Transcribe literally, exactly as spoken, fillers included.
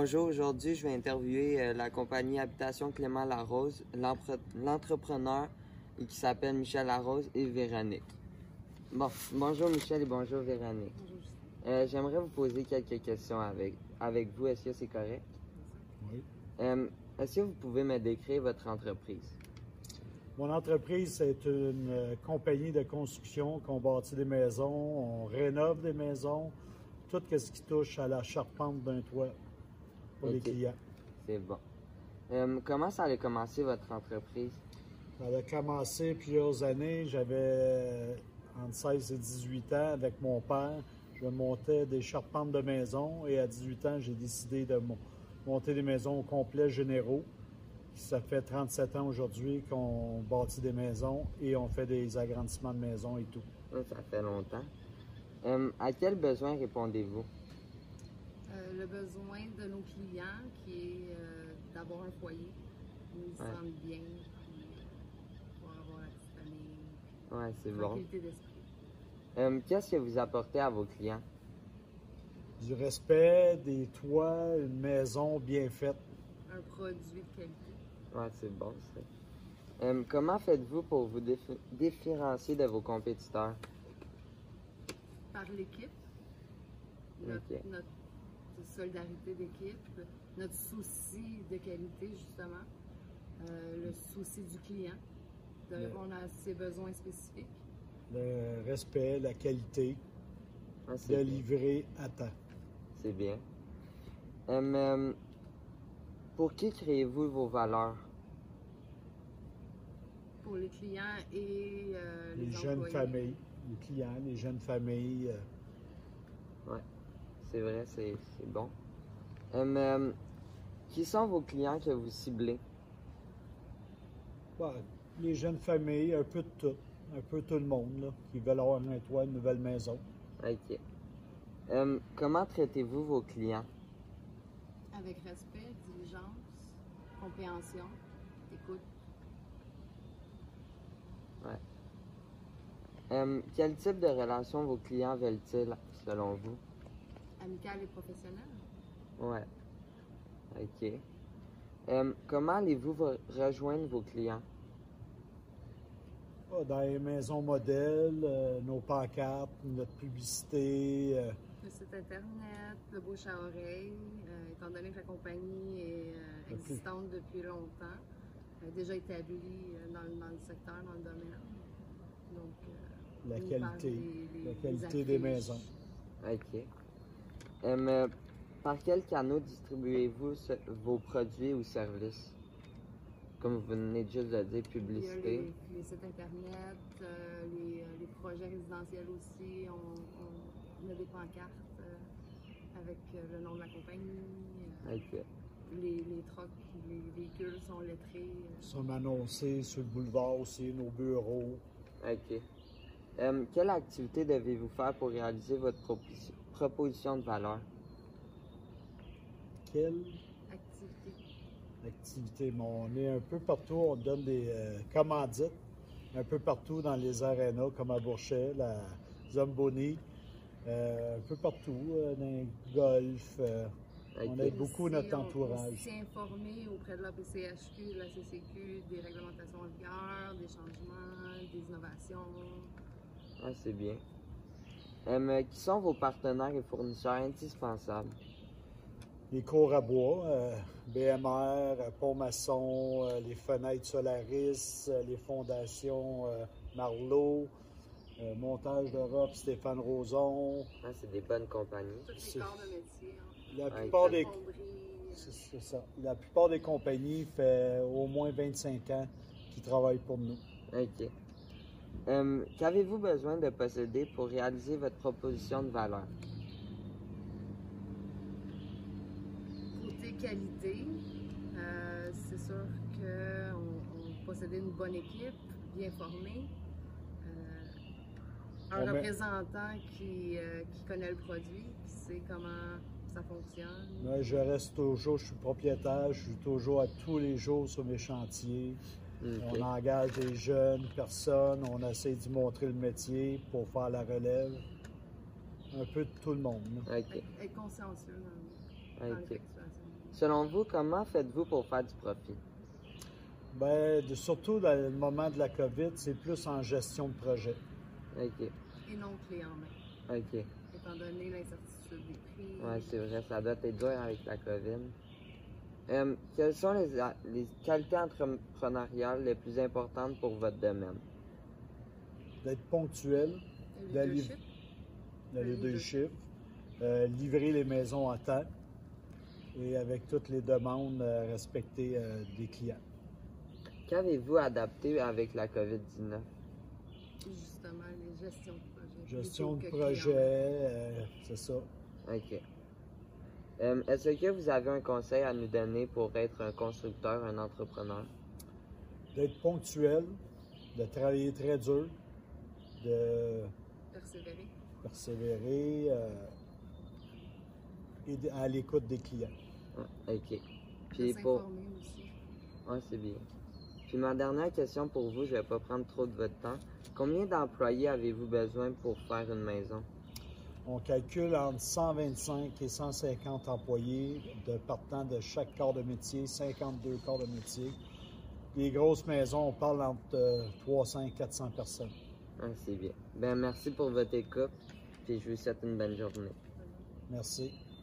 bonjour, aujourd'hui je vais interviewer euh, la compagnie Habitation Clément Larose, l'entrepreneur qui s'appelle Michel Larose et Véronique. Bon, bonjour Michel et bonjour Véronique. Bonjour. Euh, J'aimerais vous poser quelques questions avec, avec vous, est-ce que c'est correct? Oui. Euh, est-ce que vous pouvez me décrire votre entreprise? Mon entreprise, c'est une euh, compagnie de construction qu'on bâtit des maisons, on rénove des maisons, tout ce qui touche à la charpente d'un toit pour Okay. les clients. C'est bon. Euh, comment ça a commencé votre entreprise? Ça a commencé plusieurs années, j'avais entre seize et dix-huit ans avec mon père. Je montais des charpentes de maisons et à dix-huit ans, j'ai décidé de monter des maisons au complet généraux. Ça fait trente-sept ans aujourd'hui qu'on bâtit des maisons et on fait des agrandissements de maisons et tout. Ça fait longtemps. Euh, à quel besoin répondez-vous? Euh, le besoin de nos clients qui est euh, d'avoir un foyer, où ils se Ouais. sentent bien, puis pour avoir la petite famille, Ouais, c'est bon. tranquillité d'esprit. Euh, Qu'est-ce que vous apportez à vos clients? Du respect, des toits, une maison bien faite. Un produit de qualité. Ouais, c'est bon ça. Euh, comment faites-vous pour vous défi- différencier de vos compétiteurs? Par l'équipe, notre, Ok. notre solidarité d'équipe, notre souci de qualité justement, euh, le souci du client, de Le- répondre à ses besoins spécifiques. Le respect, la qualité, Ouais, de c'est bien. livrer à temps. C'est bien. Euh, euh, pour qui créez-vous vos valeurs? Pour les clients et euh, les, Les jeunes employés. familles, les clients, les jeunes familles. euh, Ouais, c'est vrai, c'est c'est bon. Euh, euh, qui sont vos clients que vous ciblez? ouais, les jeunes familles, un peu de tout. Un peu tout le monde là, qui veulent avoir un toit, une nouvelle maison. Ok. Euh, comment traitez-vous vos clients? Avec respect, diligence, compréhension, écoute. Ouais. Euh, quel type de relation vos clients veulent-ils, selon vous? Amical et professionnel. Ouais. Ok. Euh, comment allez-vous vo- rejoindre vos clients? Ah, dans les maisons modèles, euh, nos pancartes, notre publicité. euh, Le site Internet, le bouche à oreille, euh, étant donné que la compagnie est euh, Depuis- existante depuis longtemps, euh, déjà établie euh, dans, le- dans le secteur, dans le domaine. Donc, euh, La nous, qualité, par les- les- la les qualité des affiches. maisons. Ok. Euh, euh, par quel canal distribuez-vous ce- vos produits ou services? Comme vous venez juste de dire, Il y a publicité. les, les sites Internet, euh, les, euh, les projets résidentiels aussi. On, on, on a des pancartes euh, avec euh, le nom de la compagnie. euh, Ok. les, les trucks, les véhicules sont lettrés. euh, Nous sommes annoncés sur le boulevard aussi, nos bureaux. Ok. Euh, quelle activité devez-vous faire pour réaliser votre proposition, proposition de valeur? Quelle activités. activité? Bon, on est un peu partout, on donne des euh, commandites un peu partout dans les arénas, comme à Bourget, la Zamboni, euh, un peu partout, euh, dans les golf. euh, Ok. On aide beaucoup notre Aussi, on- entourage. On s'est informé auprès de la P C H Q, de la C C Q, des réglementations en vigueur, des changements, des innovations. Ah, c'est bien. Euh, qui sont vos partenaires et fournisseurs indispensables? Les cours à bois, euh, B M R, euh, Pont Maçon, euh, les fenêtres Solaris, euh, les fondations euh, Marlot, euh, Montage d'Europe, Stéphane Roson. Ah, c'est des bonnes compagnies. Tous les C'est- corps de métier. Hein. La Ouais. plupart des Plomberie, c'est c'est ça. La plupart des compagnies fait au moins vingt-cinq ans qu'ils travaillent pour nous. Ok. Euh, qu'avez-vous besoin de posséder pour réaliser votre proposition de valeur? côté qualité, euh, c'est sûr qu'on on possédait une bonne équipe, bien formée. Euh, un On met- représentant qui, euh, qui connaît le produit, qui sait comment ça fonctionne. Moi, je reste toujours, je suis propriétaire, je suis toujours à tous les jours sur mes chantiers. Ok. On engage des jeunes personnes, on essaie d'y montrer le métier pour faire la relève. Un peu de tout le monde. là. Ok. Être, être consciencieux dans, dans Ok. l'effectuation. Selon vous, comment faites-vous pour faire du profit? Bien, de- surtout dans le moment de la COVID, c'est plus en gestion de projet. OK. Et non clé en main, OK. étant donné l'incertitude des prix. Ouais, c'est vrai, ça doit être dur avec la COVID. Euh, quelles sont les, les qualités entrepreneuriales les plus importantes pour votre domaine? D'être ponctuel, Le la liv- leadership. le Le leadership, euh, livrer les maisons à temps et avec toutes les demandes euh, respectées euh, des clients. Qu'avez-vous adapté avec la COVID dix-neuf? Justement, les gestions de projet. Gestion de plutôt que projet, clé en main. euh, c'est ça. OK. Euh, est-ce que vous avez un conseil à nous donner pour être un constructeur, un entrepreneur? D'être ponctuel, de travailler très dur, de Persévérer. persévérer euh, et d- à l'écoute des clients. Ah, OK. De Puis pour... s'informer aussi. Ouais, c'est bien. Puis ma dernière question pour vous, je vais pas prendre trop de votre temps. Combien d'employés avez-vous besoin pour faire une maison? On calcule entre cent vingt-cinq et cent cinquante employés de partant de chaque corps de métier, cinquante-deux corps de métier. Les grosses maisons, on parle entre euh, trois cents et quatre cents personnes. Ah, c'est bien. Ben merci pour votre écoute, puis je vous souhaite une bonne journée. Merci.